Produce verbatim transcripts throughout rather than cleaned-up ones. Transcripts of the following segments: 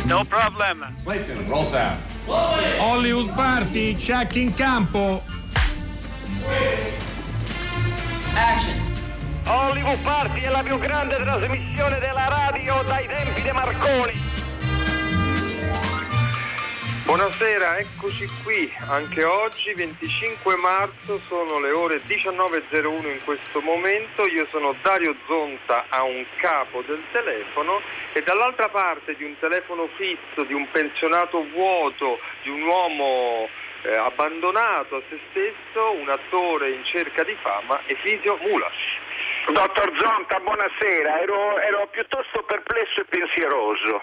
No problem. Clayton, roll sound. Hollywood Party, check in campo. Action. Hollywood Party è la più grande trasmissione della radio dai tempi di Marconi. Buonasera, eccoci qui, anche oggi venticinque marzo, sono le ore diciannove e zero uno in questo momento, io sono Dario Zonta a un capo del telefono e dall'altra parte di un telefono fisso, di un pensionato vuoto, di un uomo eh, abbandonato a se stesso, un attore in cerca di fama, Efisio Mulas. Dottor Zonta, buonasera, ero, ero piuttosto perplesso e pensieroso.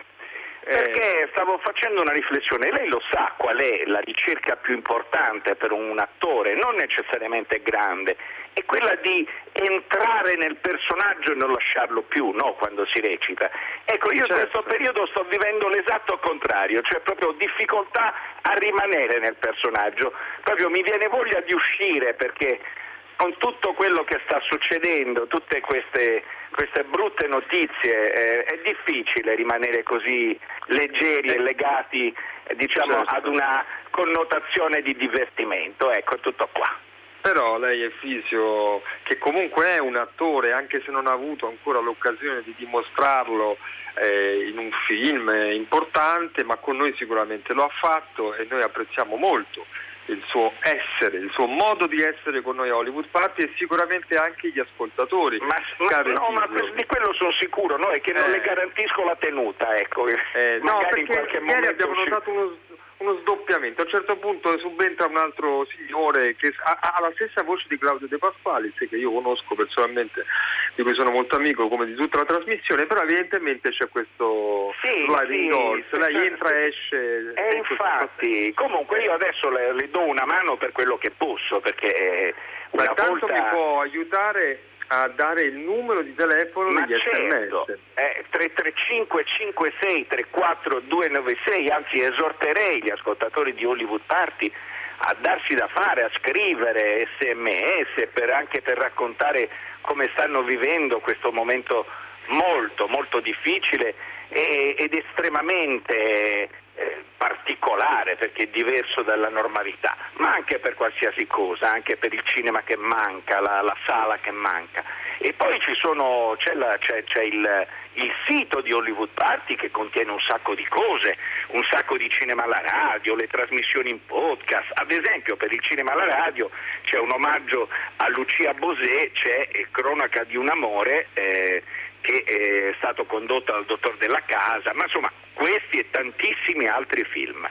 Perché stavo facendo una riflessione, lei lo sa qual è la ricerca più importante per un attore, non necessariamente grande, è quella di entrare nel personaggio e non lasciarlo più, no, quando si recita. Ecco, io certo. in questo periodo sto vivendo l'esatto contrario, cioè proprio difficoltà a rimanere nel personaggio, proprio mi viene voglia di uscire perché con tutto quello che sta succedendo, tutte queste, queste brutte notizie, eh, è difficile rimanere così leggeri e legati, eh, diciamo, certo. ad una connotazione di divertimento. Ecco, tutto qua. Però lei è Efisio, che comunque è un attore, anche se non ha avuto ancora l'occasione di dimostrarlo eh, in un film importante, ma con noi sicuramente lo ha fatto e noi apprezziamo molto il suo essere, il suo modo di essere con noi a Hollywood Party e sicuramente anche gli ascoltatori. Ma, ma no, ma di quello sono sicuro, no? È che non eh. le garantisco la tenuta, ecco. Eh, no, perché ieri abbiamo ci... notato uno, uno sdoppiamento. A un certo punto subentra un altro signore che ha, ha la stessa voce di Claudio De Pasquali, che io conosco personalmente, di cui sono molto amico, come di tutta la trasmissione, però evidentemente c'è questo sì, sliding sì, doors, sì, lei sì, entra e esce. E infatti, comunque io adesso le, le do una mano per quello che posso, perché una Ma tanto volta... mi può aiutare a dare il numero di telefono Ma degli certo, S M S. eh, tre tre cinque cinque sei tre quattro due nove sei, anzi esorterei gli ascoltatori di Hollywood Party a darsi da fare, a scrivere S M S per, anche per raccontare come stanno vivendo questo momento molto molto difficile e, ed estremamente eh, particolare, perché è diverso dalla normalità, ma anche per qualsiasi cosa, anche per il cinema che manca, la, la sala che manca. E poi ci sono, c'è, la, c'è, c'è il, il sito di Hollywood Party che contiene un sacco di cose, un sacco di cinema alla radio, le trasmissioni in podcast. Ad esempio per il cinema alla radio c'è un omaggio a Lucia Bosé, c'è Cronaca di un amore eh, che è stato condotto dal dottor Della Casa, ma insomma questi e tantissimi altri film.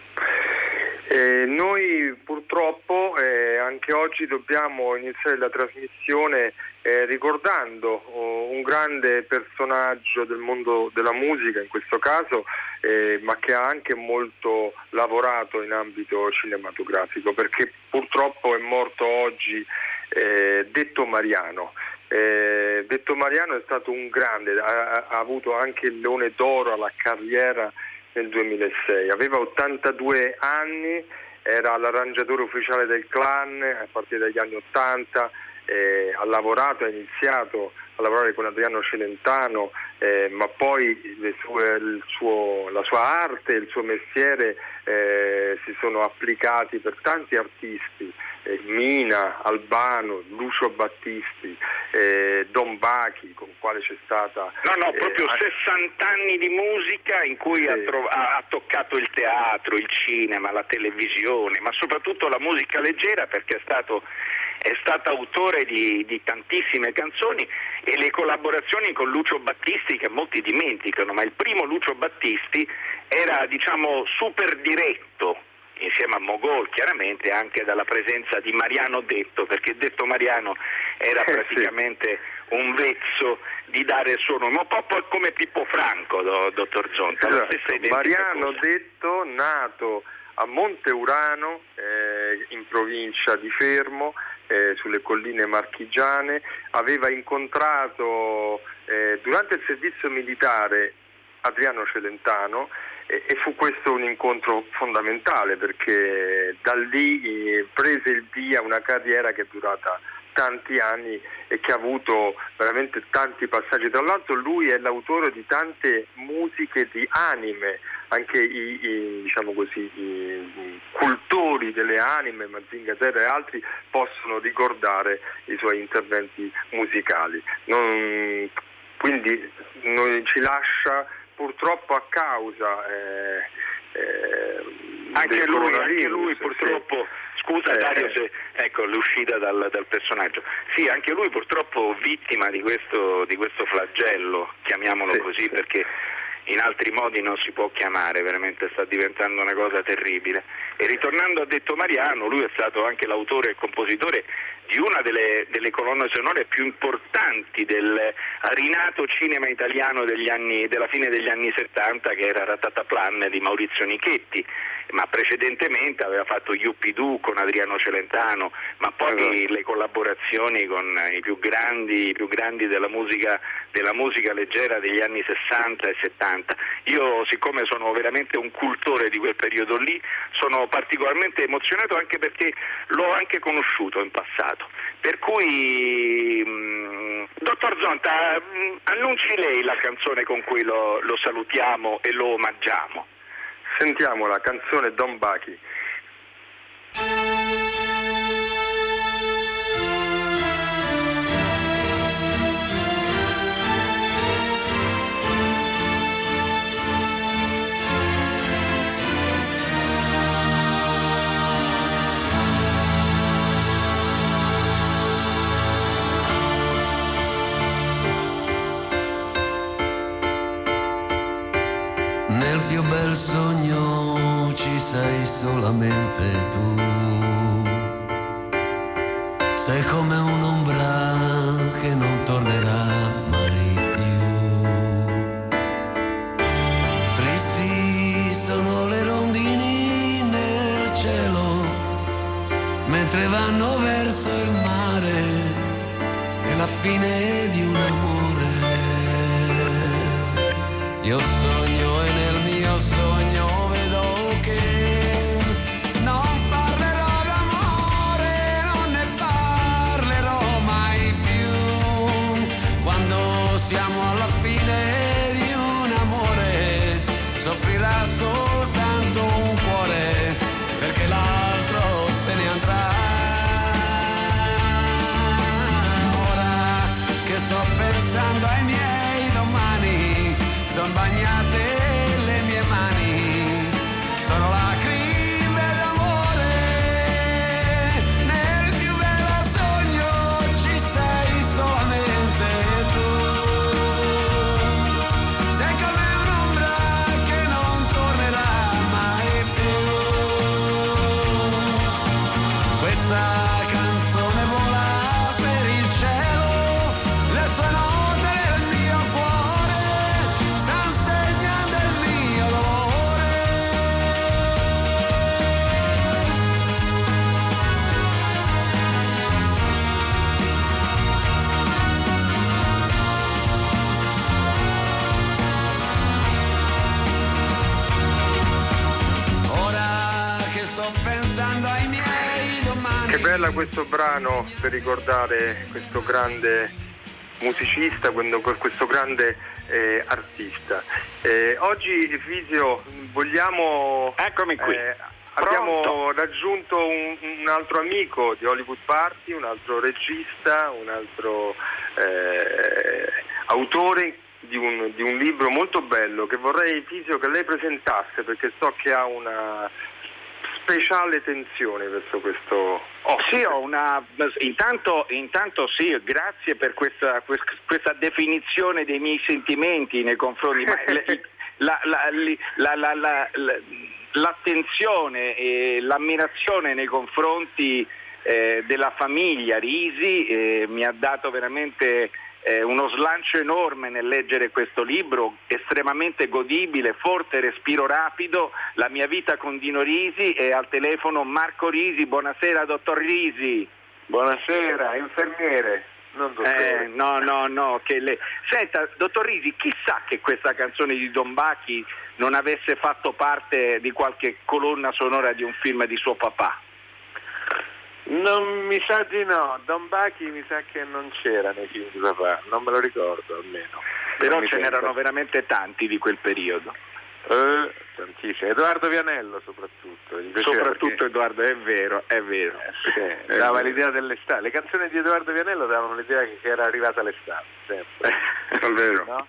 Eh, noi purtroppo eh, anche oggi dobbiamo iniziare la trasmissione eh, ricordando oh, un grande personaggio del mondo della musica in questo caso, eh, ma che ha anche molto lavorato in ambito cinematografico, perché purtroppo è morto oggi eh, Detto Mariano. Eh, Detto Mariano è stato un grande, ha, ha avuto anche il Leone d'Oro alla carriera nel duemilasei, aveva ottantadue anni, era l'arrangiatore ufficiale del Clan a partire dagli anni ottanta, eh, ha lavorato, ha iniziato a lavorare con Adriano Celentano, eh, ma poi le sue, il suo, la sua arte, il suo mestiere eh, si sono applicati per tanti artisti, eh, Mina, Albano, Lucio Battisti, eh, Don Bachi, con il quale c'è stata... No, no, proprio eh, sessanta anni di musica in cui sì. ha, trov- ha toccato il teatro, il cinema, la televisione, ma soprattutto la musica leggera, perché è stato... è stato autore di, di tantissime canzoni e le collaborazioni con Lucio Battisti che molti dimenticano, ma il primo Lucio Battisti era, diciamo, super diretto, insieme a Mogol chiaramente, anche dalla presenza di Mariano Detto, perché Detto Mariano era praticamente un vezzo di dare il suo nome, un po' come Pippo Franco, do, dottor Zonta. Esatto. Mariano cosa. Detto, nato a Monte Urano, eh, in provincia di Fermo, eh, sulle colline marchigiane, aveva incontrato eh, durante il servizio militare Adriano Celentano eh, e fu questo un incontro fondamentale, perché da lì eh, prese il via una carriera che è durata tanti anni e che ha avuto veramente tanti passaggi. Tra l'altro lui è l'autore di tante musiche di anime, anche i, i diciamo così i, i cultori delle anime, Mazinga Terra e altri, possono ricordare i suoi interventi musicali. Non, quindi noi, ci lascia purtroppo a causa eh, eh, anche lui, anche lui purtroppo. Sì. Scusa eh, Dario se ecco l'uscita dal, dal personaggio. Sì, anche lui purtroppo vittima di questo, di questo flagello, chiamiamolo sì, così, sì. Perché in altri modi non si può chiamare, veramente sta diventando una cosa terribile. E ritornando a Detto Mariano, lui è stato anche l'autore e compositore di una delle, delle colonne sonore più importanti del rinato cinema italiano degli anni, della fine degli anni settanta, che era Ratataplan di Maurizio Nichetti, ma precedentemente aveva fatto Yuppidoo con Adriano Celentano, ma poi le collaborazioni con i più grandi, i più grandi della musica, della musica leggera degli anni sessanta e settanta. Io, siccome sono veramente un cultore di quel periodo lì, sono particolarmente emozionato anche perché l'ho anche conosciuto in passato. Per cui, mh, dottor Zonta, mh, annunci lei la canzone con cui lo, lo salutiamo e lo omaggiamo. Sentiamo la canzone Don Bachi. Nel più bel sogno ci sei solamente tu, sei come un'ombra che non tornerà mai più. Tristi sono le rondini nel cielo, mentre vanno verso il mare, è la fine di un amore. Io sogno e nel mio sogno vedo che non parlerò d'amore, non ne parlerò mai più. Quando siamo alla fine di un amore, soffrirà soltanto un cuore, perché l'altro se ne andrà. Ora che sto pensando ai miei domani, son bagnate le mie mani, sono lacrime d'amore. Nel più bello sogno ci sei solamente tu, sei come un'ombra che non tornerà mai più. Questa canzone vola per il cielo, le sue note nel mio cuore stan segnando il mio dolore. Ora che sto pensando ai miei domani. Che bella questo brano per ricordare questo grande musicista, questo questo grande eh, artista. Eh, oggi, Fisio, vogliamo... Eccomi qui. eh, abbiamo raggiunto un, un altro amico di Hollywood Party, un altro regista, un altro eh, autore di un, di un libro molto bello che vorrei, Fisio, che lei presentasse, perché so che ha una speciale tensione verso questo ospite. Sì, ho una intanto, intanto sì, grazie per questa, questa definizione dei miei sentimenti nei confronti, ma la, la, la, la, la, la, l'attenzione e l'ammirazione nei confronti eh, della famiglia Risi eh, mi ha dato veramente eh, uno slancio enorme nel leggere questo libro, estremamente godibile, forte, respiro rapido, La mia vita con Dino Risi, e al telefono Marco Risi. Buonasera dottor Risi. Buonasera, infermiere. Non eh, no, no, no, che le... Senta, dottor Risi, chissà che questa canzone di Don Bachi non avesse fatto parte di qualche colonna sonora di un film di suo papà. Non mi sa di no, Don Bachi mi sa che non c'era nei film di papà, non me lo ricordo almeno. Però ce sembra. n'erano veramente tanti di quel periodo. Eh, tantissimi. Edoardo Vianello soprattutto. Soprattutto perché... Edoardo, è vero, è vero. Eh, sì, dava l'idea dell'estate. Le canzoni di Edoardo Vianello davano l'idea che era arrivata l'estate, sempre. È vero. No?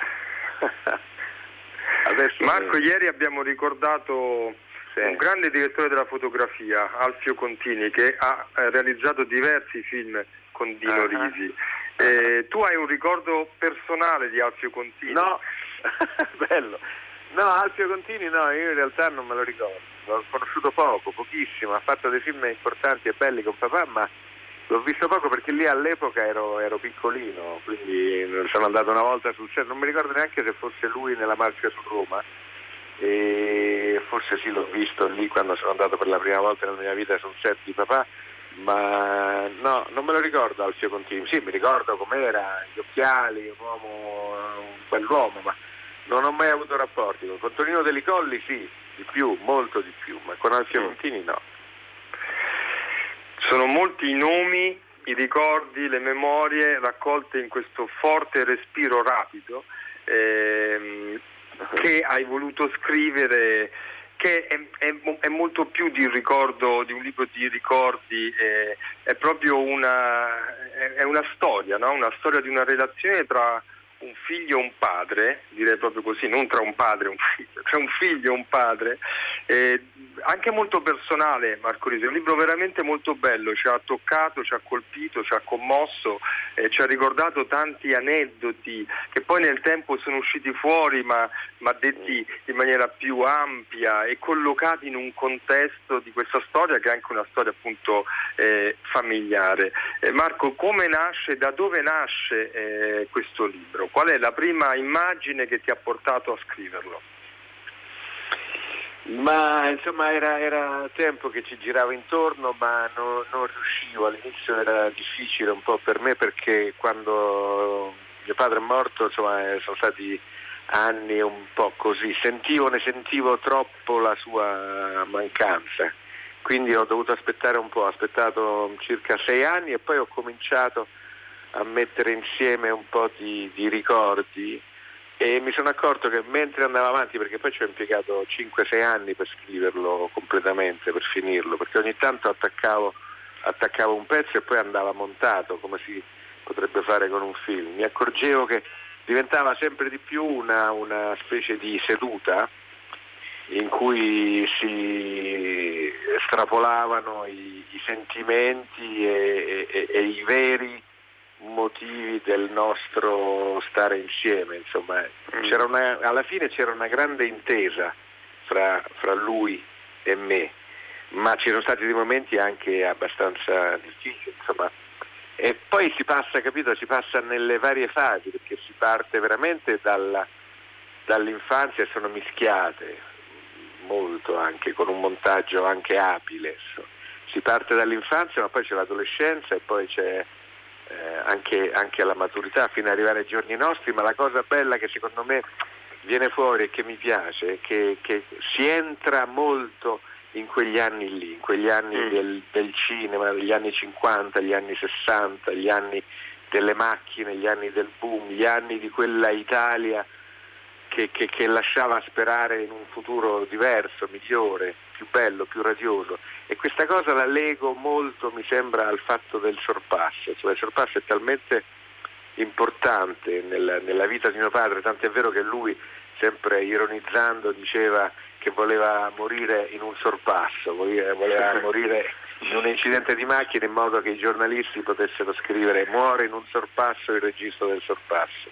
Adesso Marco, è... ieri abbiamo ricordato sì. un grande direttore della fotografia, Alfio Contini, che ha eh, realizzato diversi film con Dino uh-huh. Risi. Eh, uh-huh. Tu hai un ricordo personale di Alfio Contini? No, bello. No, Alfio Contini no, io in realtà non me lo ricordo, l'ho conosciuto poco, pochissimo, ha fatto dei film importanti e belli con papà, ma l'ho visto poco perché lì all'epoca ero, ero piccolino, quindi sono andato una volta sul set, non mi ricordo neanche se fosse lui nella Marcia su Roma, e forse sì, l'ho visto lì quando sono andato per la prima volta nella mia vita sul set di papà, ma no, non me lo ricordo Alfio Contini. Sì, mi ricordo com'era, gli occhiali, un uomo, un bell'uomo, ma non ho mai avuto rapporti con Tonino Deli Colli, sì, di più, molto di più, ma con Alfio mm. Contini no. Sono molti i nomi, i ricordi, le memorie raccolte in questo forte respiro rapido ehm, che hai voluto scrivere, che è, è, è molto più di un ricordo, di un libro di ricordi, eh, è proprio una, è, è una storia, no? Una storia di una relazione tra un figlio e un padre, direi proprio così, non tra un padre e un figlio, tra un figlio e un padre, eh, anche molto personale, Marco Risi, è un libro veramente molto bello, ci ha toccato, ci ha colpito, ci ha commosso, eh, ci ha ricordato tanti aneddoti che poi nel tempo sono usciti fuori, ma, ma detti in maniera più ampia e collocati in un contesto di questa storia che è anche una storia appunto eh, familiare. Eh, Marco, come nasce, da dove nasce eh, questo libro? Qual è la prima immagine che ti ha portato a scriverlo? Ma insomma era, era tempo che ci giravo intorno, ma non, non riuscivo, all'inizio era difficile un po' per me perché quando mio padre è morto insomma sono stati anni un po' così, sentivo, ne sentivo troppo la sua mancanza, quindi ho dovuto aspettare un po', ho aspettato circa sei anni e poi ho cominciato a mettere insieme un po' di, di ricordi. E mi sono accorto che mentre andavo avanti, perché poi ci ho impiegato cinque sei anni per scriverlo completamente, per finirlo, perché ogni tanto attaccavo, attaccavo un pezzo e poi andava montato, come si potrebbe fare con un film. Mi accorgevo che diventava sempre di più una, una specie di seduta in cui si estrapolavano i, i sentimenti e, e, e i veri motivi del nostro stare insieme, insomma c'era una, alla fine c'era una grande intesa fra, fra lui e me, ma ci sono stati dei momenti anche abbastanza difficili, insomma, e poi si passa, capito, si passa nelle varie fasi, perché si parte veramente dalla, dall'infanzia e sono mischiate molto, anche con un montaggio anche abile, si parte dall'infanzia ma poi c'è l'adolescenza e poi c'è Eh, anche, anche alla maturità fino ad arrivare ai giorni nostri, ma la cosa bella che secondo me viene fuori e che mi piace è che, che si entra molto in quegli anni lì, in quegli anni mm. del, del cinema, degli anni cinquanta, gli anni sessanta, gli anni delle macchine, gli anni del boom, gli anni di quella Italia che, che, che lasciava sperare in un futuro diverso, migliore, più bello, più radioso. E questa cosa la lego molto, mi sembra, al fatto del sorpasso, cioè il sorpasso è talmente importante nella, nella vita di mio padre, tant'è vero che lui, sempre ironizzando, diceva che voleva morire in un sorpasso, voleva, voleva morire in un incidente di macchina in modo che i giornalisti potessero scrivere muore in un sorpasso il registro del sorpasso.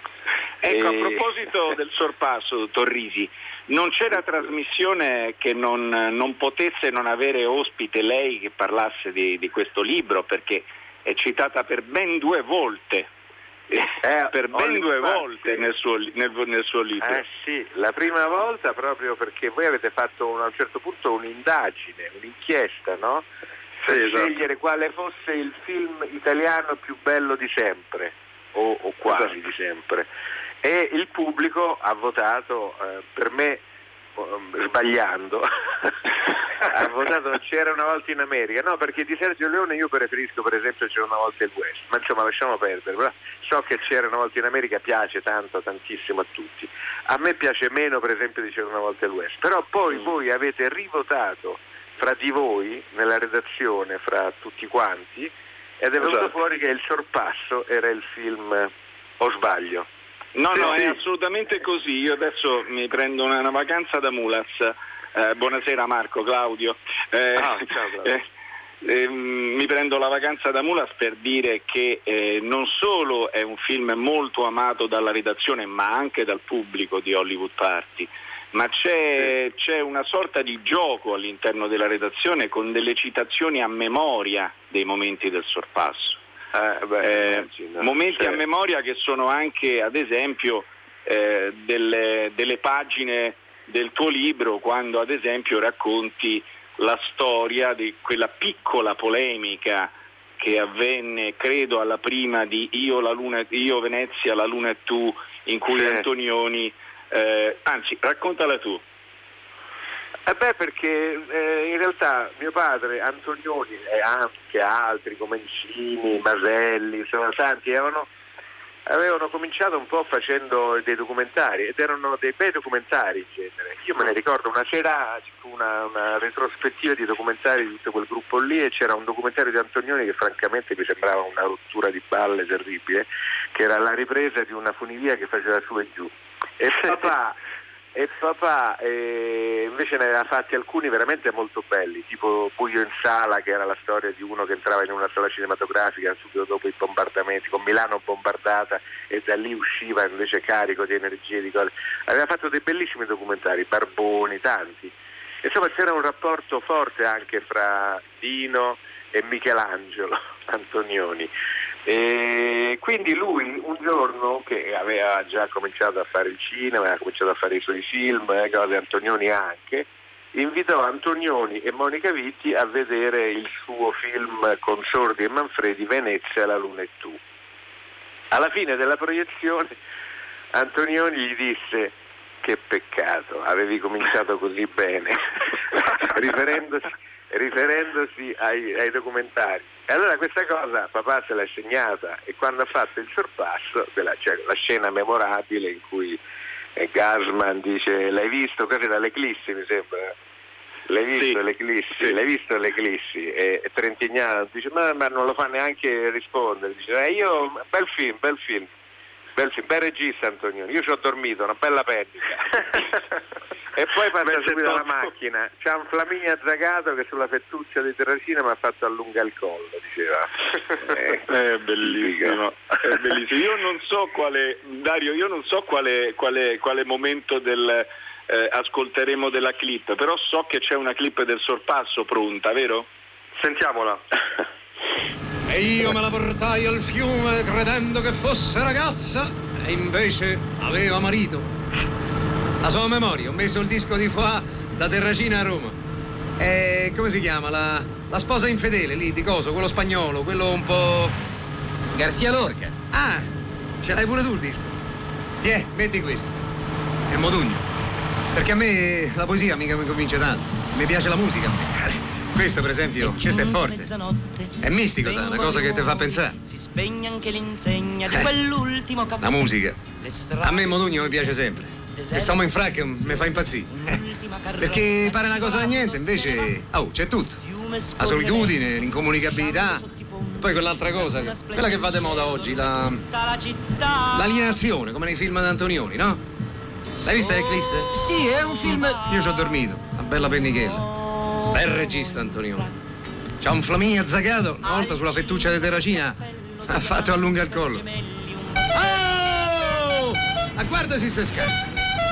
Ecco, e... a proposito del sorpasso, dottor Risi, non c'era trasmissione che non, non potesse non avere ospite lei che parlasse di, di questo libro, perché è citata per ben due volte, eh, per ben due infatti, volte nel suo, nel, nel suo libro. Eh sì, la prima volta proprio perché voi avete fatto un, a un certo punto un'indagine, un'inchiesta, no? Per sì, scegliere esatto. quale fosse il film italiano più bello di sempre, o, o quasi esatto. di sempre. E il pubblico ha votato eh, per me eh, sbagliando ha votato C'era una volta in America. No, perché di Sergio Leone io preferisco per esempio C'era una volta il West, ma insomma lasciamo perdere, però so che C'era una volta in America piace tanto, tantissimo a tutti. A me piace meno per esempio di C'era una volta il West, però poi mm. voi avete rivotato fra di voi nella redazione, fra tutti quanti, ed è venuto esatto. fuori che Il Sorpasso era il film, o sbaglio? No, sì, no, sì. è assolutamente così. Io adesso mi prendo una, una vacanza da Mulas. Eh, buonasera Marco, Claudio. Eh, ah, ciao Claudio. Eh, eh, mi prendo la vacanza da Mulas per dire che eh, non solo è un film molto amato dalla redazione, ma anche dal pubblico di Hollywood Party, ma c'è, sì. c'è una sorta di gioco all'interno della redazione con delle citazioni a memoria dei momenti del Sorpasso. Eh, beh, eh, momenti sì. a memoria che sono anche, ad esempio, eh, delle, delle pagine del tuo libro, quando ad esempio racconti la storia di quella piccola polemica che avvenne, credo, alla prima di Io, la luna, io Venezia, la luna e tu, in cui sì. Antonioni, eh, anzi, raccontala tu. Eh beh, perché eh, in realtà mio padre, Antonioni e anche altri come Incini, Maselli, insomma tanti avevano, avevano cominciato un po' facendo dei documentari ed erano dei bei documentari in genere. Io me ne ricordo una sera una, una retrospettiva di documentari di tutto quel gruppo lì e c'era un documentario di Antonioni che francamente mi sembrava una rottura di balle terribile, che era la ripresa di una funivia che faceva su e giù. E papà E papà eh, invece ne aveva fatti alcuni veramente molto belli, tipo Buio in sala, che era la storia di uno che entrava in una sala cinematografica subito dopo i bombardamenti, con Milano bombardata, e da lì usciva invece carico di energie, di cose. Aveva fatto dei bellissimi documentari, Barboni, tanti. Insomma c'era un rapporto forte anche fra Dino e Michelangelo Antonioni. E quindi lui un giorno, che aveva già cominciato a fare il cinema, aveva cominciato a fare i suoi film, eh, cose, Antonioni anche, invitò Antonioni e Monica Vitti a vedere il suo film con Sordi e Manfredi, Venezia, la luna e tu. Alla fine della proiezione Antonioni gli disse: che peccato, avevi cominciato così bene, riferendosi, riferendosi ai, ai documentari. E allora questa cosa papà se l'ha segnata, e quando ha fatto Il Sorpasso, quella, cioè, la scena memorabile in cui eh, Gassman dice: l'hai visto? Così dall'Eclissi mi sembra. L'hai visto sì. l'Eclissi? Sì. L'hai visto l'Eclissi? E, e Trentignano dice: ma, ma non lo fa neanche rispondere. Dice: eh, io, bel film, bel film. Bel, bel regista Antonioni, io ci ho dormito, una bella pennica. E poi passa subito alla macchina, c'è un Flaminia Zagato che sulla fettuccia di Terracina mi ha fatto allungare il collo, diceva. Eh, è bellissimo, è bellissimo. Io non so quale, Dario, io non so quale, quale, quale momento del eh, ascolteremo della clip, però so che c'è una clip del Sorpasso pronta, vero? Sentiamola. E io me la portai al fiume credendo che fosse ragazza e invece aveva marito. La sua memoria, ho messo il disco di Foà da Terracina a Roma. E come si chiama? La, la sposa infedele lì di coso, quello spagnolo, quello un po'... Garcia Lorca. Ah, ce l'hai pure tu il disco? Tiè, metti questo. È Modugno. Perché a me la poesia mica mi convince tanto. Mi piace la musica. Questo per esempio, questo è forte. È mistico, sa, una cosa che ti fa pensare. Si spegne anche l'insegna di quell'ultimo caffè. La musica. A me Modugno mi piace sempre. Quest'uomo in frac mi fa impazzire. Perché pare una cosa da niente, invece, oh, c'è tutto. La solitudine, l'incomunicabilità. Poi quell'altra cosa, quella che va di moda oggi, la... l'alienazione, come nei film di Antonioni, no? L'hai vista Eclisse? Sì, è un film... Io ci ho dormito, una bella pennichella. Bel regista Antonioni. C'ha un Flaminia Zagato, una volta sulla fettuccia di Terracina ha fatto allunga il collo. Oh! Ma guarda se si scazza.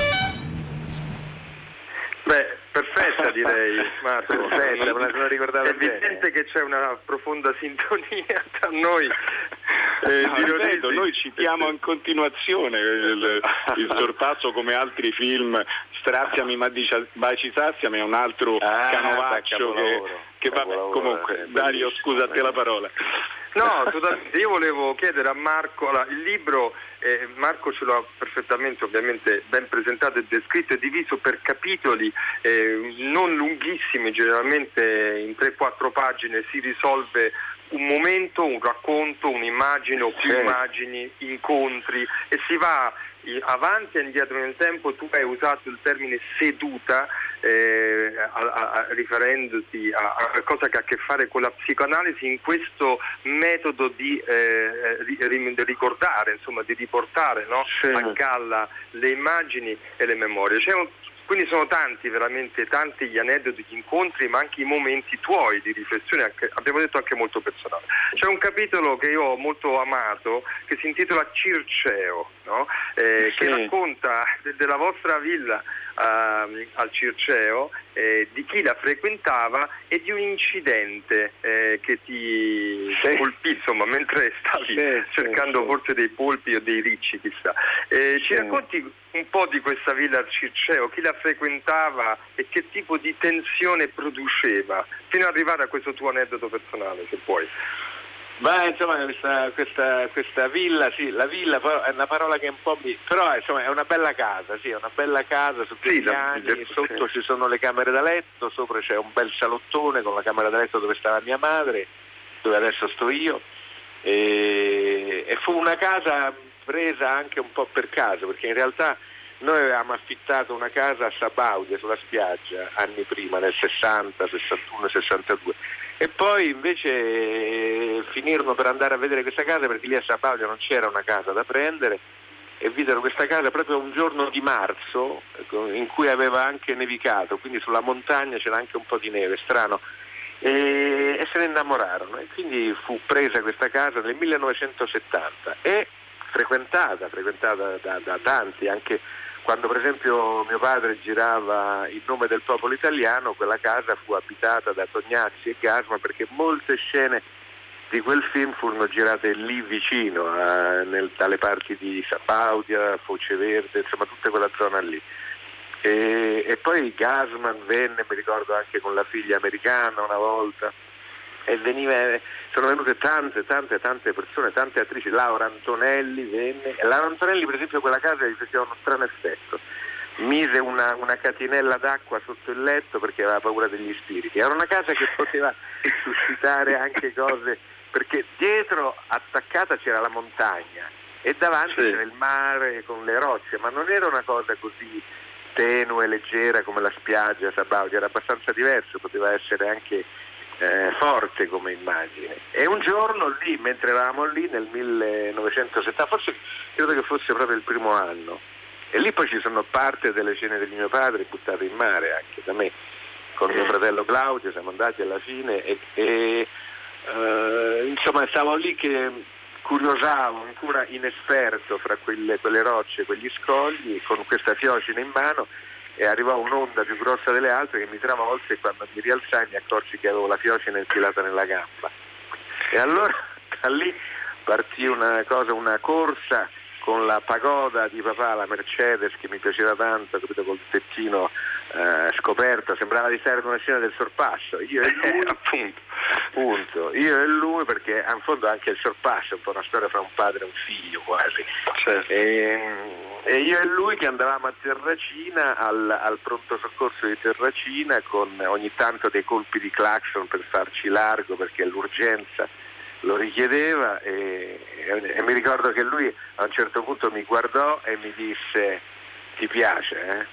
Beh, perfetta direi, Marco. Perfetta, me la sono ricordata È evidente che c'è una profonda sintonia tra noi. Eh, no, ripeto, noi citiamo in continuazione il, il Sorpasso come altri film. Straziami ma baci saziami è un altro ah, canovaccio che, che vabbè, comunque, Dario, scusa, a te la parola. No, assolutamente. Io volevo chiedere a Marco, allora, il libro, eh, Marco ce l'ha perfettamente ovviamente ben presentato e descritto, è diviso per capitoli eh, non lunghissimi, generalmente in tre quattro pagine si risolve un momento, un racconto, un'immagine o più sì. immagini, incontri, e si va avanti e indietro nel tempo. Tu hai usato il termine seduta eh, a, a, riferendoti a, a qualcosa che ha a che fare con la psicoanalisi in questo metodo di eh, ri, ricordare, insomma di riportare, no? Sì. A galla le immagini e le memorie. C'è un, quindi sono tanti, veramente tanti gli aneddoti, gli incontri, ma anche i momenti tuoi di riflessione, anche, abbiamo detto anche molto personale. C'è un capitolo che io ho molto amato che si intitola Circeo, no? eh, sì. che racconta de- della vostra villa Uh, al Circeo, eh, di chi la frequentava e di un incidente eh, che ti sì. colpì, insomma, mentre stavi sì, cercando sì, forse dei polpi o dei ricci, chissà. Eh, ci sì. racconti un po' di questa villa al Circeo, chi la frequentava e che tipo di tensione produceva, fino ad arrivare a questo tuo aneddoto personale, se puoi. Beh, insomma, questa, questa, questa villa, sì, la villa è una parola che un po' mi... però insomma è una bella casa, sì, è una bella casa su due sì, piani, la... sotto ci sono le camere da letto, sopra c'è un bel salottone con la camera da letto dove stava mia madre, dove adesso sto io, e, e fu una casa presa anche un po' per caso, perché in realtà noi avevamo affittato una casa a Sabaudia sulla spiaggia anni prima, nel sessanta, sessantuno, sessantadue, e poi invece eh, finirono per andare a vedere questa casa perché lì a Sabaudia non c'era una casa da prendere, e videro questa casa proprio un giorno di marzo in cui aveva anche nevicato, quindi sulla montagna c'era anche un po' di neve, strano, e, e se ne innamorarono, e quindi fu presa questa casa nel millenovecentosettanta e frequentata, frequentata da, da tanti, anche quando per esempio mio padre girava Il nome del popolo italiano, quella casa fu abitata da Tognazzi e Gasman, perché molte scene di quel film furono girate lì vicino, eh, nel, dalle parti di Sabaudia, Foce Verde, insomma tutta quella zona lì. E, e poi Gasman venne, mi ricordo, anche con la figlia americana una volta, e veniva, sono venute tante, tante, tante persone, tante attrici. Laura Antonelli venne, e Laura Antonelli per esempio quella casa gli faceva uno strano effetto, mise una, una catinella d'acqua sotto il letto perché aveva paura degli spiriti. Era una casa che poteva suscitare anche cose, perché dietro attaccata c'era la montagna e davanti sì. c'era il mare con le rocce, ma non era una cosa così tenue, leggera come la spiaggia a Sabaudia, era abbastanza diverso, poteva essere anche Eh, forte come immagine. E un giorno lì, mentre eravamo lì nel millenovecentosettanta, forse credo che fosse proprio il primo anno, e lì poi ci sono parte delle ceneri di mio padre buttate in mare anche da me, con mio fratello Claudio, siamo andati alla fine e, e eh, insomma stavo lì che curiosavo, ancora inesperto fra quelle, quelle rocce, quegli scogli, con questa fiocina in mano, e arrivò un'onda più grossa delle altre che mi travolse, e quando mi rialzai mi accorsi che avevo la fiocina infilata nella gamba, e allora da lì partì una cosa, una corsa con la pagoda di papà, la Mercedes, che mi piaceva tanto, capito, col tettino eh, scoperto, sembrava di stare in una scena del Sorpasso, io e lui appunto, appunto, io e lui, perché in fondo anche il Sorpasso è un po' una storia fra un padre e un figlio quasi, certo. e, e io e lui che andavamo a Terracina, al, al pronto soccorso di Terracina, con ogni tanto dei colpi di clacson per farci largo perché l'urgenza lo richiedeva, e, e, e mi ricordo che lui a un certo punto mi guardò e mi disse: ti piace, eh?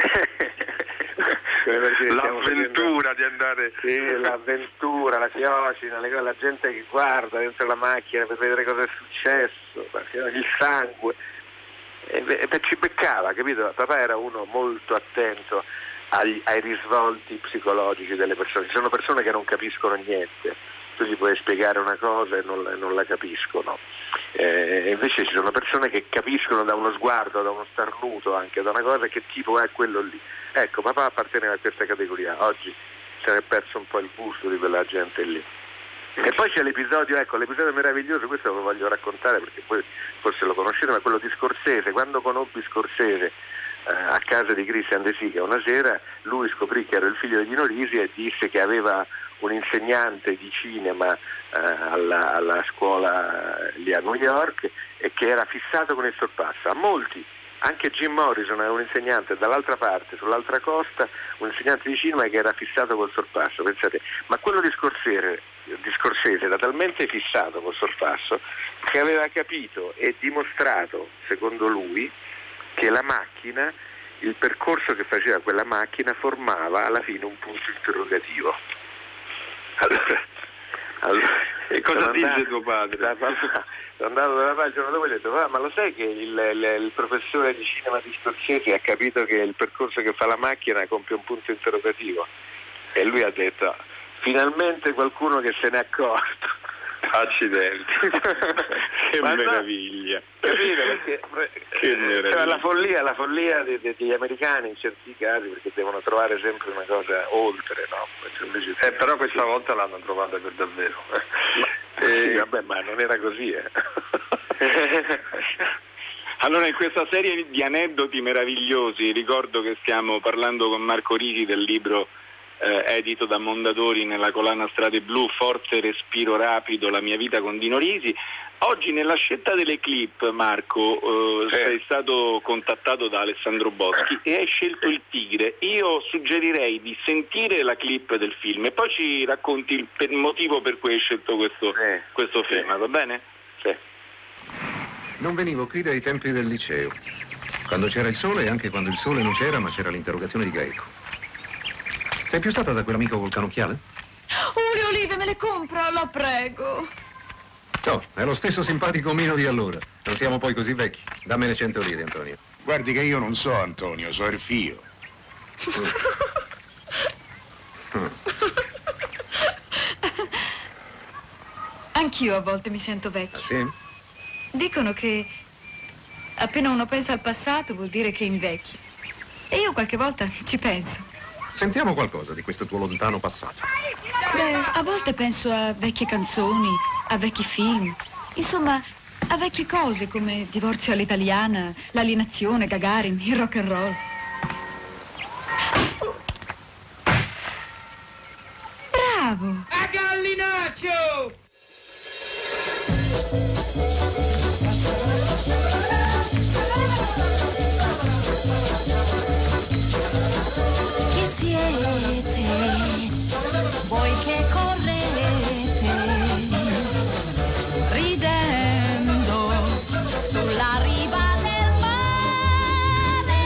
L'avventura di andare, sì, l'avventura, la fiocina, la gente che guarda dentro la macchina per vedere cosa è successo, il sangue, e, e ci beccava, capito? Papà era uno molto attento ai, ai risvolti psicologici delle persone. Ci sono persone che non capiscono niente, tu gli puoi spiegare una cosa e non, non la capiscono, eh, invece ci sono persone che capiscono da uno sguardo, da uno starnuto, anche da una cosa che tipo è quello lì. Ecco, papà apparteneva a questa categoria, oggi se ne è perso un po' il gusto di quella gente lì. E poi c'è l'episodio, ecco, l'episodio meraviglioso, questo ve lo voglio raccontare perché poi forse lo conoscete, ma quello di Scorsese. Quando conobbi Scorsese a casa di Christian De Sica. Una sera lui scoprì che ero il figlio di Dino Risi e disse che aveva un insegnante di cinema eh, alla, alla scuola lì a New York e che era fissato con il sorpasso. A molti, anche Jim Morrison era un insegnante dall'altra parte, sull'altra costa, un insegnante di cinema che era fissato col sorpasso, pensate. Ma quello di Scorsese, di Scorsese era talmente fissato col sorpasso che aveva capito e dimostrato, secondo lui, che la macchina, il percorso che faceva quella macchina formava alla fine un punto interrogativo. Allora, allora e cosa dice andato, tuo padre? Sono andato dalla pagina dopo e ho detto: ah, ma lo sai che il, il, il professore di cinema di Scorsese ha capito che il percorso che fa la macchina compie un punto interrogativo? E lui ha detto: finalmente qualcuno che se n'è accorto. Accidenti. Che ma meraviglia. No, capito? Perché, che meraviglia. La follia, la follia dei, degli americani in certi casi, perché devono trovare sempre una cosa oltre, no? Invece, eh, però questa sì. volta l'hanno trovata per davvero. Ma, eh, sì, vabbè, ma non era così, eh. Allora, in questa serie di aneddoti meravigliosi, ricordo che stiamo parlando con Marco Risi del libro Eh, edito da Mondadori nella collana Strade Blu, Forza e respiro rapido, la mia vita con Dino Risi. Oggi nella scelta delle clip, Marco, eh, sì. sei stato contattato da Alessandro Boschi e hai scelto Il Tigre. Io suggerirei di sentire la clip del film e poi ci racconti il per motivo per cui hai scelto questo, sì. questo sì. film, va bene? Sì. Non venivo qui dai tempi del liceo, quando c'era il sole e anche quando il sole non c'era, ma c'era l'interrogazione di greco. Sei più stata da quell'amico col canocchiale? Oh, le olive me le compro, la prego. No, è lo stesso simpatico omino di allora. Non siamo poi così vecchi. Dammene cento lire, Antonio. Guardi che io non so Antonio, so il fio. Mm. Anch'io a volte mi sento vecchia. Ah, sì? Dicono che appena uno pensa al passato vuol dire che invecchia. E io qualche volta ci penso. Sentiamo qualcosa di questo tuo lontano passato. Beh, a volte penso a vecchie canzoni, a vecchi film. Insomma, a vecchie cose come Divorzio all'italiana, L'alienazione, Gagarin, il rock and roll. Bravo! A gallinaccio! Siete voi che correte ridendo sulla riva del mare,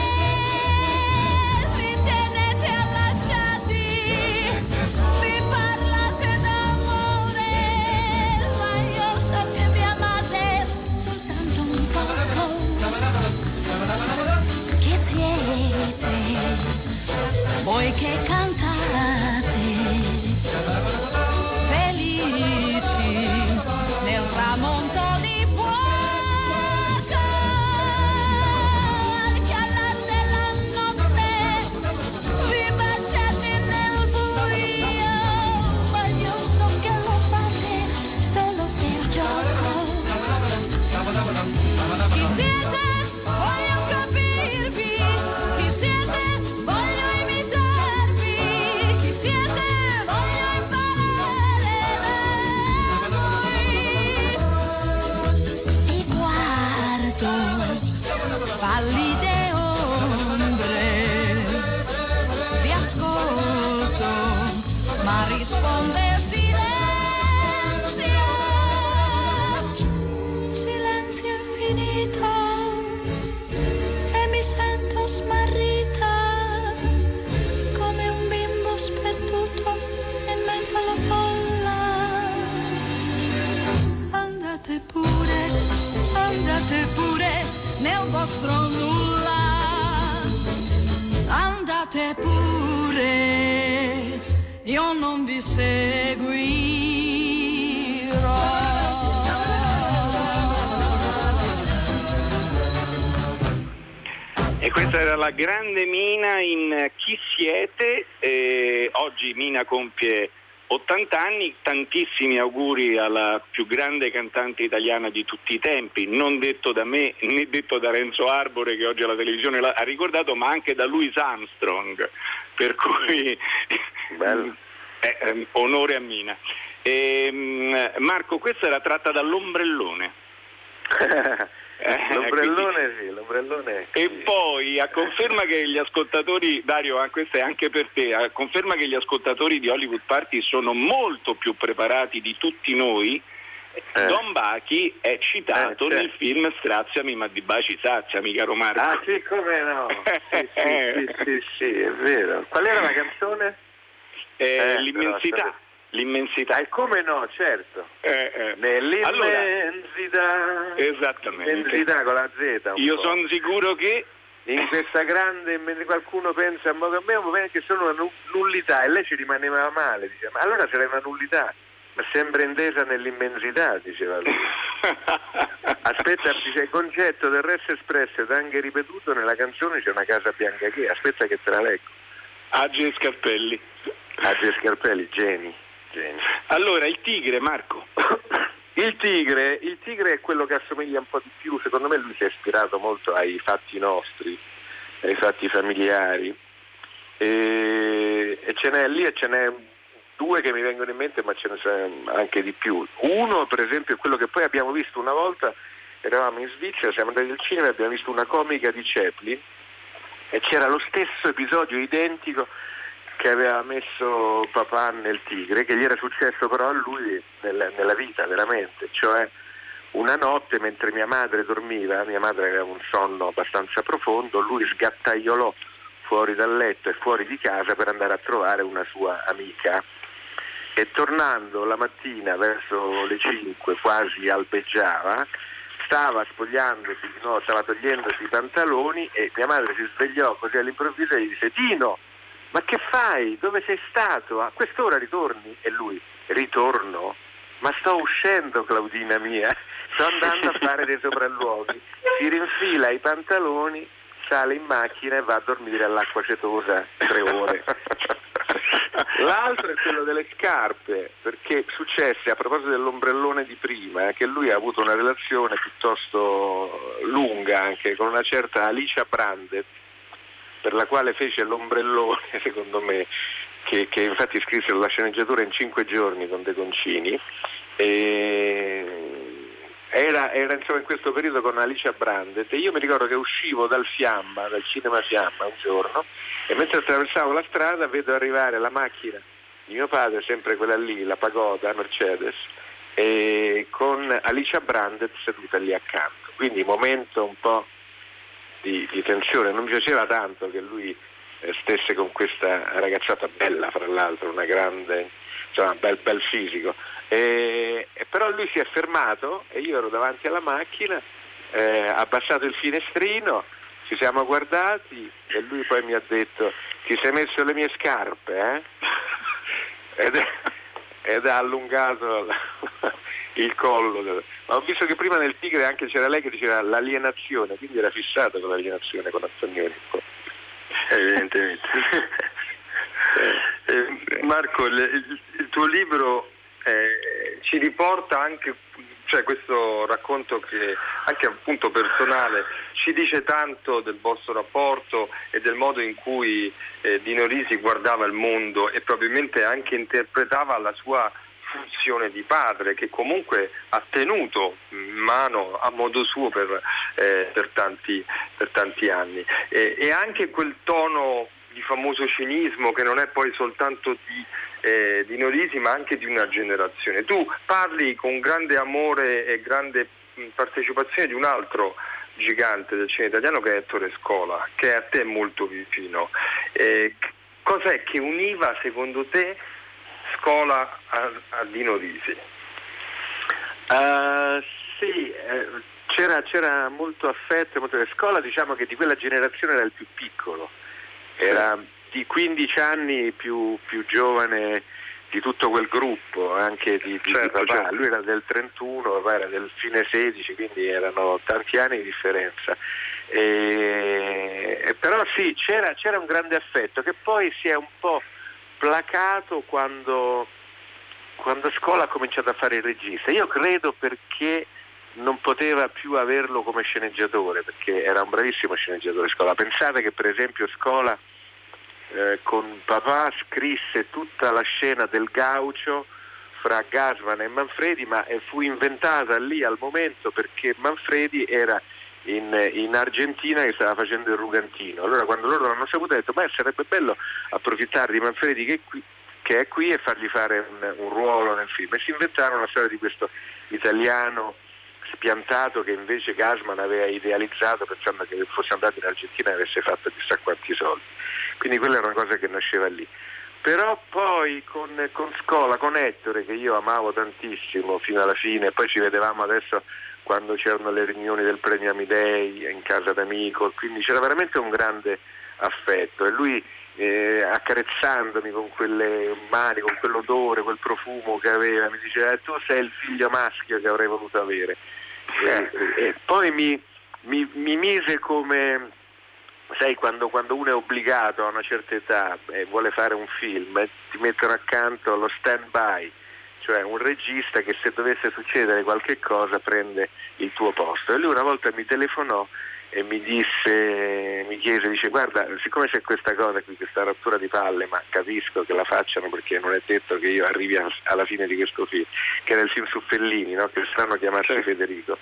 vi tenete allacciati, vi parlate d'amore, ma io so che vi amate soltanto un poco. Chi siete voi che cantate felici nel tramonto di fuoco che all'arte la notte vi baciate nel buio, ma io so che lo fate solo per gioco. Chi siete? Voglio capirvi. Chi siete? Siete, voglio imparare da voi. Ti guardo, pallide ombre, vi ascolto, ma risponde silenzio, silenzio infinito, e mi sento smarrita. Sperduto in mezzo alla folla. Andate pure, andate pure nel vostro nulla. Andate pure, io non vi seguirò. E questa era la grande Mina in Chi siete? Eh, oggi Mina compie ottanta anni, tantissimi auguri alla più grande cantante italiana di tutti i tempi, non detto da me né detto da Renzo Arbore, che oggi alla televisione ha ricordato, ma anche da Louis Armstrong, per cui eh, eh, onore a Mina. E, Marco, questa era tratta dall'ombrellone. l'ombrellone sì, l'ombrellone e sì. Poi a conferma che gli ascoltatori, Dario, questa è anche per te, a conferma che gli ascoltatori di Hollywood Party sono molto più preparati di tutti noi, eh. Don Bachi è citato eh, nel film Straziami ma di baci saziami, caro Marco. Ah sì, come no, sì, sì, sì, sì, sì, è vero. Qual era la canzone? Eh, eh, l'immensità però, L'immensità. E eh, come no, certo. Eh, eh. Nell'immensità. Allora, esattamente. Immensità con la Z. Io sono sicuro che in questa grande, mentre qualcuno pensa a me, che sono una nullità, e lei ci rimaneva male, diceva, ma allora sarà una nullità, ma sempre intesa nell'immensità, diceva lui. Aspetta, c'è il concetto del resto espresso ed anche ripetuto nella canzone C'è una casa bianca che, aspetta che te la leggo. Agi e Scarpelli. Agi e Scarpelli, geni. Geni. Allora, il tigre, Marco. Il tigre, il tigre è quello che assomiglia un po' di più, secondo me lui si è ispirato molto ai fatti nostri, ai fatti familiari, e, e ce n'è lì e ce n'è due che mi vengono in mente, ma ce ne sono anche di più. Uno per esempio è quello che poi abbiamo visto una volta, eravamo in Svizzera, siamo andati al cinema e abbiamo visto una comica di Chaplin e c'era lo stesso episodio identico che aveva messo papà nel tigre, che gli era successo però a lui nella, nella vita veramente, cioè una notte mentre mia madre dormiva, mia madre aveva un sonno abbastanza profondo, lui sgattaiolò fuori dal letto e fuori di casa per andare a trovare una sua amica e tornando la mattina verso le cinque quasi albeggiava, stava spogliandosi, no, stava togliendosi i pantaloni e mia madre si svegliò così all'improvviso e gli disse: Dino, ma che fai? Dove sei stato? A quest'ora ritorni? E lui: ritorno? Ma sto uscendo, Claudina mia, sto andando a fare dei sopralluoghi. Si rinfila i pantaloni, sale in macchina e va a dormire all'acqua cetosa tre ore. L'altro è quello delle scarpe, perché successe, a proposito dell'ombrellone di prima, eh, che lui ha avuto una relazione piuttosto lunga anche con una certa Alicia Brandt, per la quale fece l'ombrellone, secondo me, che, che infatti scrisse la sceneggiatura in cinque giorni con De Concini. E era, era insomma in questo periodo con Alicia Brandt e io mi ricordo che uscivo dal Fiamma, dal cinema Fiamma un giorno, e mentre attraversavo la strada vedo arrivare la macchina di mio padre, sempre quella lì, la Pagoda Mercedes, e con Alicia Brandt seduta lì accanto, quindi momento un po' Di, di tensione. Non mi piaceva tanto che lui eh, stesse con questa ragazzata bella, fra l'altro, una grande, insomma, bel, bel fisico, e, e però lui si è fermato e io ero davanti alla macchina, eh, ha abbassato il finestrino, ci siamo guardati e lui poi mi ha detto: ti sei messo le mie scarpe, eh? ed, è, ed ha allungato la, il collo. Ma ho visto che prima nel Tigre anche c'era lei che diceva l'alienazione, quindi era fissato con l'alienazione con Antonioni. Evidentemente. eh, Marco, il, il tuo libro eh, ci riporta anche, cioè questo racconto che anche appunto personale ci dice tanto del vostro rapporto e del modo in cui eh, Dino Risi guardava il mondo e probabilmente anche interpretava la sua funzione di padre, che comunque ha tenuto in mano a modo suo per, eh, per, tanti, per tanti anni, e, e anche quel tono di famoso cinismo che non è poi soltanto di eh, Dino Risi ma anche di una generazione. Tu parli con grande amore e grande partecipazione di un altro gigante del cinema italiano che è Ettore Scola, che è a te molto vicino. Eh, cos'è che univa secondo te Scola a, a Dino Risi? Uh, sì, eh, c'era, c'era molto affetto, molto... Scola, diciamo che di quella generazione era il più piccolo, era di quindici anni più, più giovane di tutto quel gruppo, anche di, di, certo, di papà. certo. Lui era del trentuno, papà era del fine sedici, quindi erano tanti anni di differenza. E, e però sì, c'era, c'era un grande affetto che poi si è un po' placato quando quando Scola ha cominciato a fare il regista. Io credo perché non poteva più averlo come sceneggiatore, perché era un bravissimo sceneggiatore Scola. Pensate che per esempio Scola eh, con papà scrisse tutta la scena del gaucho fra Gassman e Manfredi, ma fu inventata lì al momento perché Manfredi era in, in Argentina che stava facendo il Rugantino. Allora quando loro l'hanno saputo ha detto ma sarebbe bello approfittare di Manfredi che è qui, che è qui e fargli fare un, un ruolo nel film, e si inventarono la storia di questo italiano spiantato che invece Gassman aveva idealizzato pensando che fosse andato in Argentina e avesse fatto chissà quanti soldi. Quindi quella era una cosa che nasceva lì. Però poi con, con Scola, con Ettore, che io amavo tantissimo fino alla fine, poi ci vedevamo adesso quando c'erano le riunioni del Premio Amidei in casa d'amico, quindi c'era veramente un grande affetto, e lui eh, accarezzandomi con quelle mani, con quell'odore, quel profumo che aveva, mi diceva tu sei il figlio maschio che avrei voluto avere. E, e poi mi, mi, mi mise come, sai, quando, quando uno è obbligato a una certa età e vuole fare un film, eh, ti mettono accanto lo stand-by, cioè un regista che se dovesse succedere qualche cosa prende il tuo posto. E lui una volta mi telefonò e mi disse, mi chiese, dice guarda, siccome c'è questa cosa qui, questa rottura di palle, ma capisco che la facciano perché non è detto che io arrivi a, alla fine di questo film, che era il film su Fellini, no? Che stanno chiamarsi sì. Federico.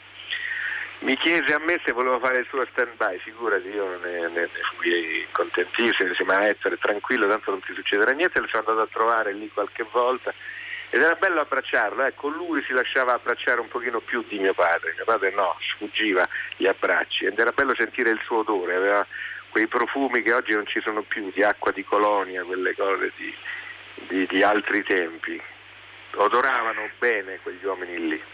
Mi chiese a me se volevo fare il suo stand-by, figurati, io ne, ne, ne fui contentissimo, disse ma Ettore tranquillo, tanto non ti succederà niente, lo sono andato a trovare lì qualche volta ed era bello abbracciarlo, ecco, lui si lasciava abbracciare un pochino più di mio padre, mio padre no, sfuggiva gli abbracci, ed era bello sentire il suo odore, aveva quei profumi che oggi non ci sono più, di acqua di colonia, quelle cose di, di, di altri tempi, odoravano bene quegli uomini lì.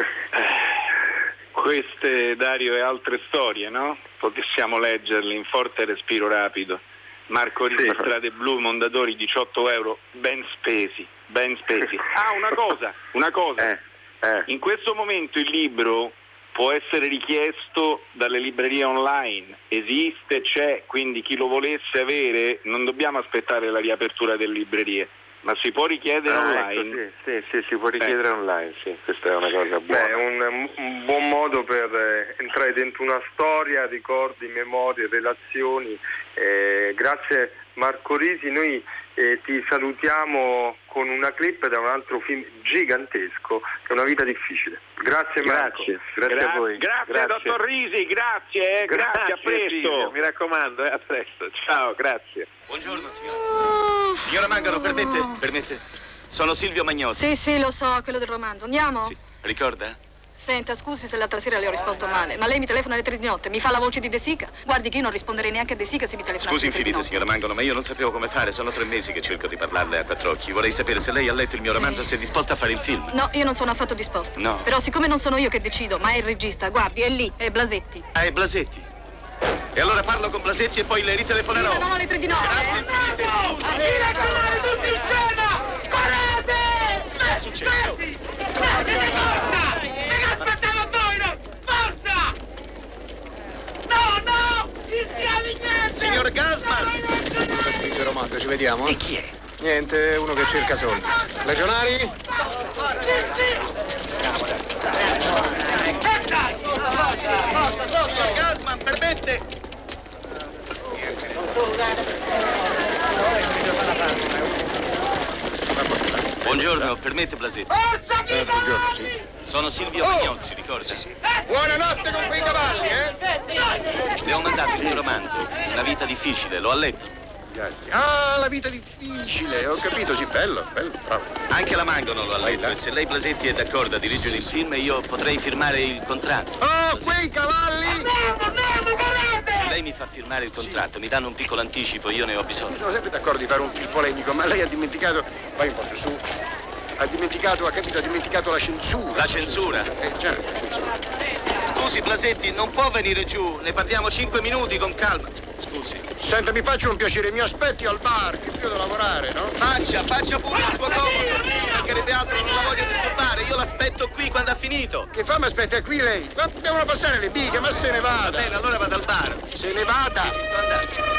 Queste, Dario, e altre storie, no? Possiamo leggerle in Forte Respiro Rapido. Marco Risi, sì. Strade Blu, Mondadori, diciotto euro, ben spesi, ben spesi. Ah, una cosa, una cosa. Eh, eh. In questo momento il libro può essere richiesto dalle librerie online, esiste, c'è, quindi chi lo volesse avere non dobbiamo aspettare la riapertura delle librerie. Ma si può richiedere ah, online? Ecco, sì, sì, sì, si può richiedere eh. online, sì, questa è una cosa buona. Beh, è un, un buon modo per eh, entrare dentro una storia, ricordi, memorie, relazioni. Eh, grazie Marco Risi, noi eh, ti salutiamo con una clip da un altro film gigantesco, che è Una vita difficile. Grazie Marco. Grazie, grazie Gra- a voi. Grazie, grazie dottor Risi, grazie, eh, grazie, grazie, a presto. Silvio, mi raccomando, eh, a presto. Ciao, grazie. Buongiorno signora. Signora Mangano, permette? Permette? Sono Silvio Magnotti. Sì, sì, lo so, quello del romanzo. Andiamo? Sì, ricorda? Senta, scusi se l'altra sera le ho risposto male, ma lei mi telefona alle tre di notte, mi fa la voce di De Sica? Guardi che io non risponderei neanche a De Sica se mi telefona. Scusi infinito, signora Mangano, ma io non sapevo come fare. Sono tre mesi che cerco di parlarle a quattro occhi. Vorrei sapere se lei ha letto il mio romanzo e se è disposta a fare il film. No, io non sono affatto disposta. No. Però siccome non sono io che decido, ma è il regista, guardi, è lì, è Blasetti. Ah, è Blasetti. E allora parlo con Blasetti e poi le ritelefonerò. Sì, ma non alle tre di notte. Grazie infinite, scusi. A chi raccontare tutti in scena? Parate! Che è successo? Mettete forza! E aspettavo voi, no? Forza! No, no! Fischiavi niente! Signor Gassman! Ha scritto il romanzo, ci vediamo? E chi è? Niente, uno che cerca soldi. Legionari? Sì, sì! Signor Gassman, permette? Buongiorno, permette Blasetti? Eh, buongiorno, sì. Sono Silvio Oh! Magnozzi, ricorda? Sì, sì. Buonanotte con quei cavalli, eh? Le ho mandato il mio romanzo, Una vita difficile, lo ha letto? Grazie. Ah, la vita difficile, ho capito, sì, bello, bello, bravo. Anche la Mangano lo ha letto, e se lei Blasetti è d'accordo a dirigere il film, io potrei firmare il contratto. Oh, quei cavalli! Andiamo, andiamo, parate! Se lei mi fa firmare il contratto, mi danno un piccolo anticipo, io ne ho bisogno. Sono sempre d'accordo di fare un film polemico, ma lei ha dimenticato, vai un po' più su, ha dimenticato, ha capito, ha dimenticato la censura. La censura? Eh, già, la censura. Scusi, Blasetti, non può venire giù, ne parliamo cinque minuti con calma. Scusi. Senta, mi faccia un piacere, mi aspetti al bar, che io devo lavorare, no? Faccia, faccia pure il suo comodo. Mancherebbe altro, non la voglio disturbare, io l'aspetto qui quando ha finito. Che fa, mi aspetta qui lei? Ma devono passare le bighe, ma se ne vada. Va bene, allora vado al bar. Se ne vada. Sì, sì, sto andando.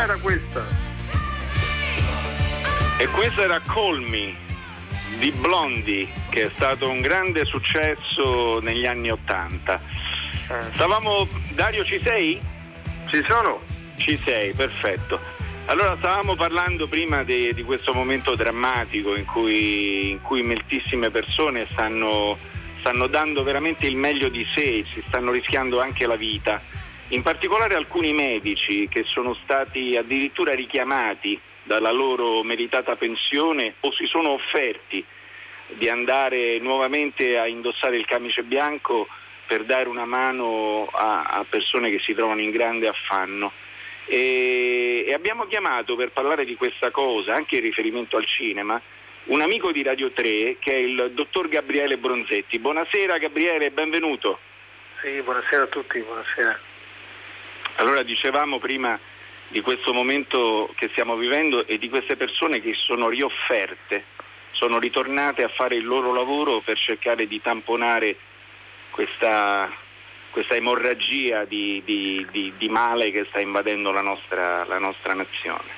era questa? E questa era Call Me di Blondie, che è stato un grande successo negli anni Ottanta. Stavamo, Dario, ci sei? Ci sono. Ci sei, perfetto. Allora, stavamo parlando prima di, di questo momento drammatico in cui, in cui moltissime persone stanno, stanno dando veramente il meglio di sé, si stanno rischiando anche la vita. In particolare alcuni medici che sono stati addirittura richiamati dalla loro meritata pensione o si sono offerti di andare nuovamente a indossare il camice bianco per dare una mano a, a persone che si trovano in grande affanno. E, e abbiamo chiamato per parlare di questa cosa, anche in riferimento al cinema, un amico di Radio tre che è il dottor Gabriele Bronzetti. Buonasera Gabriele, benvenuto. Sì, buonasera a tutti, buonasera. Allora, dicevamo prima di questo momento che stiamo vivendo e di queste persone che sono riofferte, sono ritornate a fare il loro lavoro per cercare di tamponare questa, questa emorragia di, di, di, di male che sta invadendo la nostra, la nostra nazione.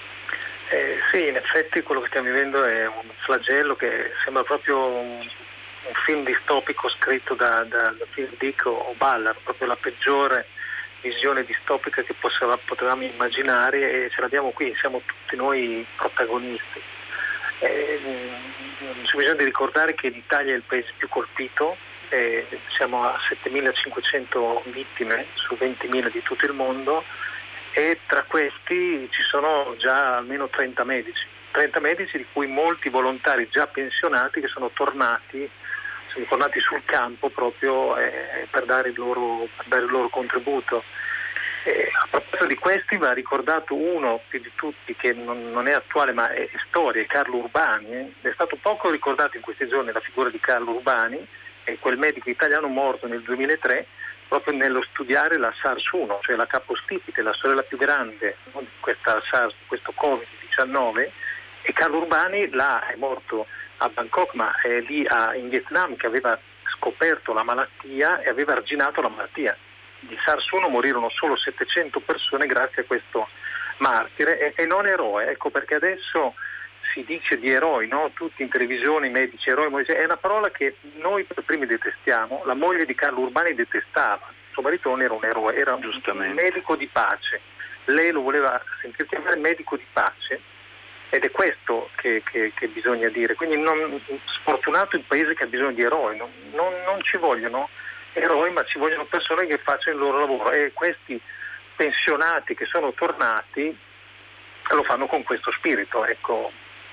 Eh, sì, in effetti quello che stiamo vivendo è un flagello che sembra proprio un, un film distopico scritto da, da, da Philip Dick o Ballard, proprio la peggiore visione distopica che potevamo, potevamo immaginare, e ce l'abbiamo qui, siamo tutti noi protagonisti. Eh, c'è bisogno di ricordare che l'Italia è il paese più colpito, eh, siamo a settemilacinquecento vittime su ventimila di tutto il mondo, e tra questi ci sono già almeno trenta medici, trenta medici di cui molti volontari già pensionati che sono tornati, sono tornati sul campo proprio eh, per, dare il loro, per dare il loro contributo. Eh, a proposito di questi va ricordato uno più di tutti che non, non è attuale ma è, è storia, è Carlo Urbani. Eh. È stato poco ricordato in questi giorni la figura di Carlo Urbani, è quel medico italiano morto nel duemilatré proprio nello studiare la SARS uno, cioè la capostipite, la sorella più grande, no, di questa SARS, questo covid diciannove, e Carlo Urbani là è morto a Bangkok, ma è lì a, in Vietnam, che aveva scoperto la malattia e aveva arginato la malattia. Di SARS uno morirono solo settecento persone grazie a questo martire, e, e non eroe. Ecco perché adesso si dice di eroi, no? Tutti in televisione, i medici, eroi, è una parola che noi per primi detestiamo. La moglie di Carlo Urbani detestava, suo marito non era un eroe, era un medico di pace. Lei lo voleva sentir chiamare medico di pace, ed è questo che, che, che bisogna dire. Quindi non, sfortunato il paese che ha bisogno di eroi, non, non, non ci vogliono eroi, ma ci vogliono persone che facciano il loro lavoro, e questi pensionati che sono tornati lo fanno con questo spirito. Ecco.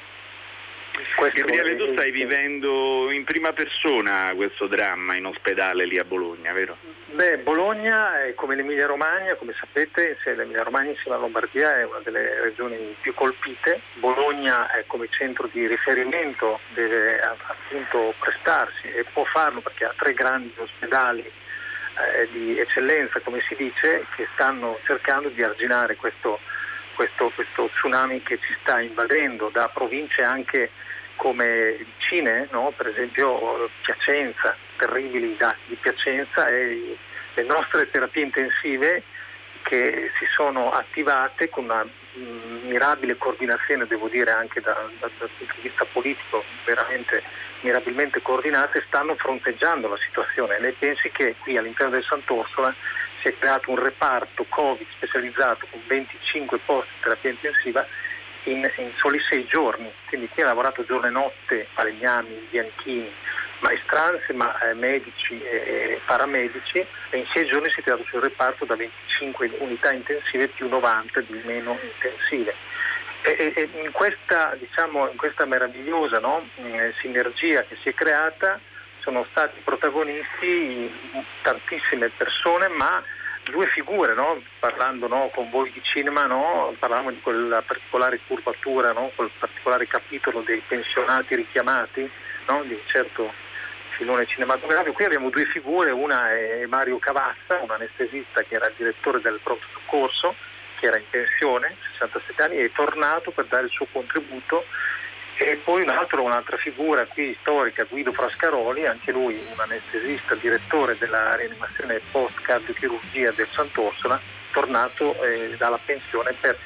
Questo Gabriele, tu stai è... vivendo in prima persona questo dramma in ospedale lì a Bologna, vero? Beh, Bologna è come l'Emilia Romagna, come sapete, se l'Emilia Romagna insieme alla Lombardia è una delle regioni più colpite. Bologna è come centro di riferimento, deve appunto prestarsi, e può farlo perché ha tre grandi ospedali eh, di eccellenza, come si dice, che stanno cercando di arginare questo, questo, questo tsunami che ci sta invadendo da province anche come vicine, no? Per esempio Piacenza, terribili i dati di Piacenza, e le nostre terapie intensive che si sono attivate con una mh, mirabile coordinazione, devo dire anche da, da, dal punto di vista politico, veramente mirabilmente coordinate, stanno fronteggiando la situazione. Lei pensi che qui all'interno del Sant'Orsola si è creato un reparto Covid specializzato con venticinque posti di terapia intensiva In, in soli sei giorni, quindi qui ha lavorato giorno e notte falegnami, bianchini, maestranze, ma eh, medici e paramedici, e in sei giorni si è tirato sul reparto da venticinque unità intensive più novanta di meno intensive. E, e, e in questa, diciamo, in questa meravigliosa no, sinergia che si è creata sono stati protagonisti tantissime persone, ma due figure, no? Parlando no, con voi di cinema, no? Parlavamo di quella particolare curvatura, no? Quel particolare capitolo dei pensionati richiamati, no? Di un certo filone cinematografico. Qui abbiamo due figure, una è Mario Cavazza, un anestesista che era il direttore del pronto soccorso, che era in pensione, sessantasette anni, è tornato per dare il suo contributo. E poi un altro, un'altra figura qui storica, Guido Frascaroli, anche lui un anestesista, direttore della rianimazione post-cardiochirurgia del Sant'Orsola, tornato eh, dalla pensione per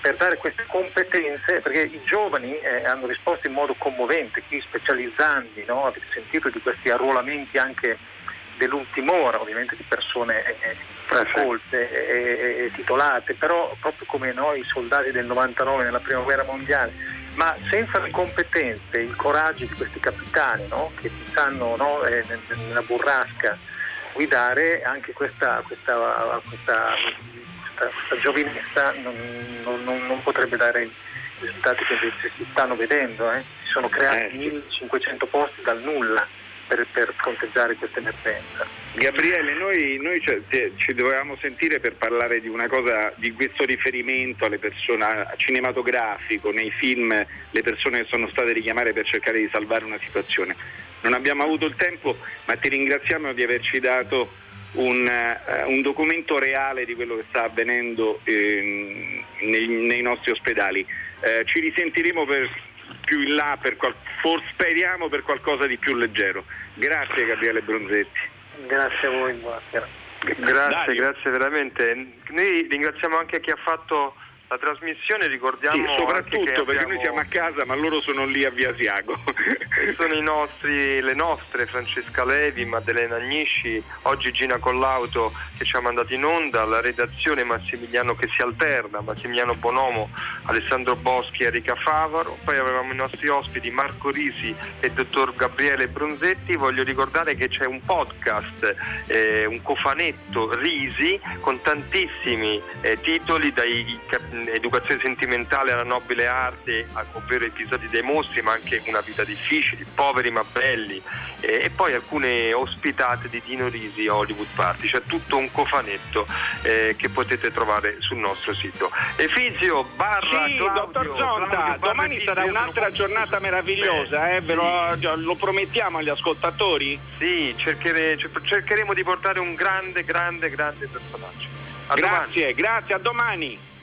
per dare queste competenze, perché i giovani eh, hanno risposto in modo commovente, qui specializzandi, no? Avete sentito di questi arruolamenti anche dell'ultima ora, ovviamente di persone eh, colte e, e titolate, però proprio come noi soldati del novantanove nella prima guerra mondiale, ma senza le competenze, il coraggio di questi capitani, no? Che sanno, no? eh, nella burrasca guidare, anche questa, questa, questa, questa, questa giovinezza non, non, non potrebbe dare i risultati che invece si stanno vedendo. Eh. Si sono creati millecinquecento posti dal nulla per, per fronteggiare questa emergenza. Gabriele, noi, noi ci, ci dovevamo sentire per parlare di una cosa, di questo riferimento alle persone, cinematografico, nei film, le persone che sono state richiamate per cercare di salvare una situazione. Non abbiamo avuto il tempo, ma ti ringraziamo di averci dato un, uh, un documento reale di quello che sta avvenendo eh, nei, nei nostri ospedali. Eh, ci risentiremo per più in là, per qual- forse speriamo per qualcosa di più leggero. Grazie Gabriele Bronzetti. Grazie a voi, buonasera. Grazie, Dario. grazie veramente. Noi ringraziamo anche chi ha fatto la trasmissione, ricordiamo Sì, soprattutto anche che perché abbiamo... noi siamo a casa, ma loro sono lì a Via Asiago. Sono i nostri, le nostre Francesca Levi, Maddalena Agnisci, oggi Gina Collauto che ci ha mandato in onda, la redazione Massimiliano che si alterna, Massimiliano Bonomo, Alessandro Boschi e Enrica Favaro, poi avevamo i nostri ospiti Marco Risi e il dottor Gabriele Bronzetti. Voglio ricordare che c'è un podcast, eh, un cofanetto Risi con tantissimi eh, titoli, dai cap- educazione sentimentale alla nobile arte, ovvero episodi dei mostri, ma anche Una vita difficile, Poveri ma belli, eh, e poi alcune ospitate di Dino Risi a Hollywood Party. C'è tutto un cofanetto eh, che potete trovare sul nostro sito. Efizio barra Sì, Claudio, dottor Zonta, Claudio, domani Efizio, sarà un'altra giornata meravigliosa, eh, ve lo, lo promettiamo agli ascoltatori? Sì, cerchere- cercheremo di portare un grande, grande, grande personaggio. A Grazie, domani. grazie, a domani.